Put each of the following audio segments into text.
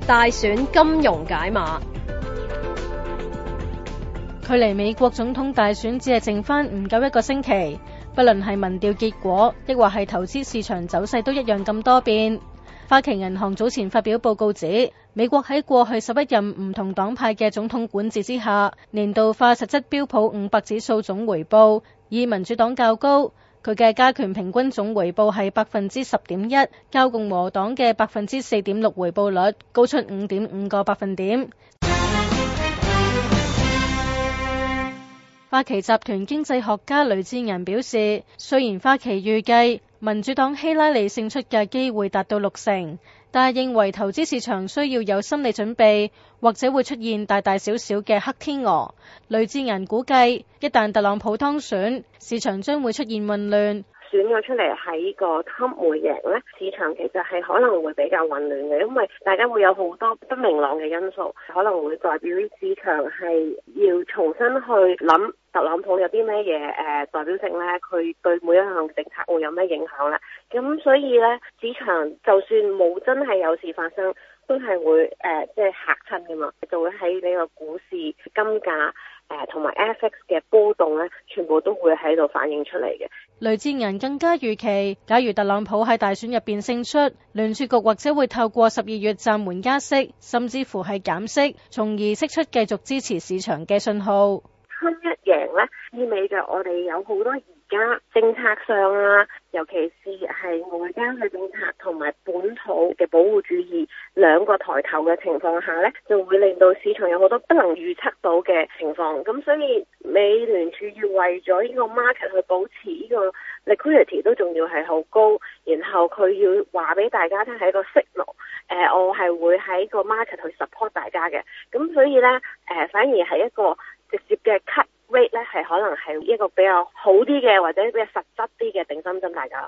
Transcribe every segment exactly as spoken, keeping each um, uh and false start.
大選金融解碼。 距離美國總統大選只係剩返唔夠一個星期，不論係民調結果，亦或係投資市場走勢都一樣咁多變。花旗銀行早前發表報告指，美國喺過去十一任唔同黨派嘅總統管治之下，年度化實質標普五百指數總回報以民主黨較高，佢嘅加權平均總回報係百分之十點一，較共和黨嘅百分之四點六回報率高出五點五個百分點。花旗集團經濟學家雷志銀表示，雖然花旗預計民主黨希拉里勝出嘅機會達到六成，但係認為投資市場需要有心理準備，或者會出現大大小小嘅黑天鵝。雷志銀估計，一旦特朗普當選，市場將會出現混亂。 選咗出嚟喺個 Trump 會贏呢，市場其實係可能會比較混亂嘅，因為大家會有好多不明朗嘅因素，可能會代表市場係要重新去諗特朗普有啲咩嘢誒代表性呢，佢對每一項政策會有咩影響呢。咁所以呢，市場就算冇真係有事發生，都係會誒即係嚇親㗎嘛，就會喺呢個股市、金價誒同埋 F X 嘅波動咧，全部都會喺度反映出嚟嘅。 雷志銀更加預期，假如特朗普喺大選入邊勝出，聯儲局或者會透過十二月暫緩加息，甚至乎係減息，從而釋出繼續支持市場嘅信號。 春一贏咧，意味着我哋有好多而家政策上啊，尤其是係外交嘅政策同埋本土嘅保護主義兩個抬頭嘅情況下咧，就會令到市場有好多不能預測到嘅情況。咁所以美聯儲要為咗呢個 market 去保持呢個 liquidity 都仲要係好高，然後佢要話俾大家聽係一個 signal，誒、呃、我係會喺個 market 去 support 大家嘅。咁所以咧，誒、呃、反而係一個直接嘅 cut rate 咧，係可能係一個比較好啲嘅，或者比較實質啲嘅定心針大家。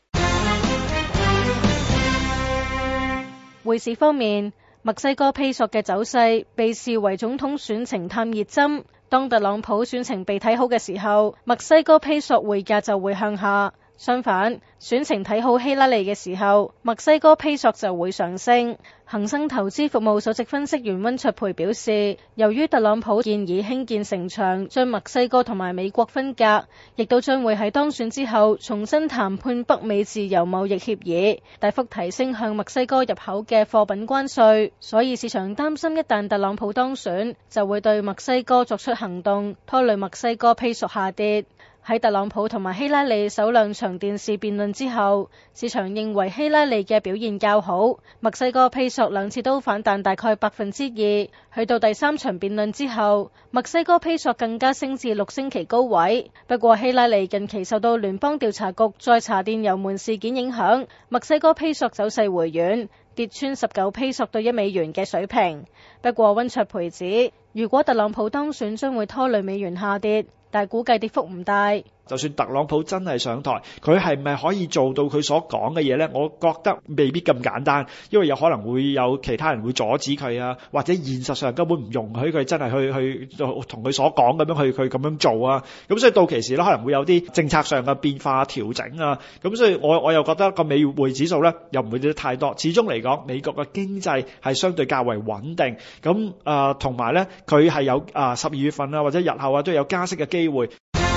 匯市方面，墨西哥披索嘅走勢被視為總統選情探熱針。當特朗普選情被睇好嘅時候，墨西哥披索匯價就會向下。相反，選情睇好希拉里嘅時候，墨西哥披索就會上升。恒生投資服務首席分析員溫卓培表示，由於特朗普建議興建城牆，將墨西哥同埋美國分隔，亦都將會喺當選之後重新談判北美自由貿易協議，大幅提升向墨西哥入口嘅貨品關稅。所以市場擔心一旦特朗普當選，就會對墨西哥作出行動，拖累墨西哥披索下跌。喺特朗普同埋希拉里首兩場電視辯論之後，市場認為希拉里嘅表現較好，墨西哥披索兩次都反彈大概百分之二。去到第三場辯論之後，墨西哥披索更加升至六星期高位。不過希拉里近期受到聯邦調查局再查電郵門事件影響，墨西哥披索走勢回軟，跌穿十九披索對一美元嘅水平。不過溫卓培指，如果特朗普當選，將會拖累美元下跌，但估計跌幅唔大。 就算特朗普真係上台，佢係咪可以做到佢所講嘅嘢呢？我覺得未必咁簡單，因為有可能會有其他人會阻止佢啊，或者現實上根本唔容許佢真係去去同佢所講咁樣去去咁樣做啊。咁所以到期時咧，可能會有啲政策上嘅變化調整啊。咁所以我我又覺得個美匯指數咧又唔會跌得太多。始終嚟講，美國嘅經濟係相對較為穩定。咁啊，同埋咧，佢係有啊十二月份啊或者日後啊都有加息嘅機會。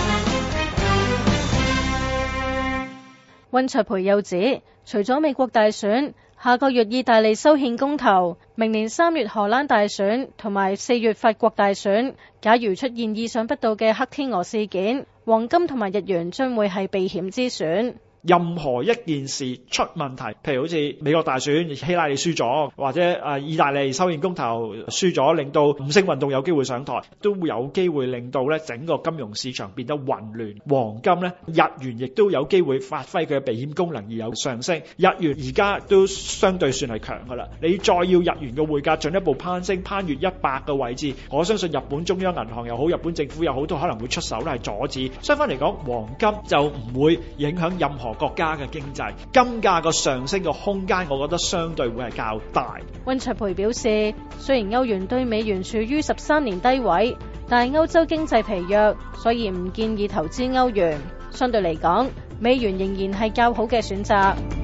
溫卓培又指，除咗美國大選，下個月意大利修憲公投，明年三月荷蘭大選，同埋四月法國大選，假如出現意想不到嘅黑天鵝事件，黃金同埋日元將會係避險之選。 任何一件事出問題，譬如好似美國大選希拉里輸咗，或者啊意大利修憲公投輸咗，令到五星運動有機會上台，都會有機會令到咧整個金融市場變得混亂。黃金咧，日元亦都有機會發揮佢嘅避險功能而有上升。日元而家都相對算係強噶啦，你再要日元嘅匯價進一步攀升，攀越一百個位置，我相信日本中央銀行又好，日本政府又好，都可能會出手咧係阻止。相反嚟講，黃金就唔會影響任何國家嘅經濟，金價個上升嘅空間，我覺得相對會係較大。 溫卓培表示，雖然歐元對美元處於十三年低位，但係歐洲經濟疲弱，所以唔建議投資歐元。相對嚟講，美元仍然係較好嘅選擇。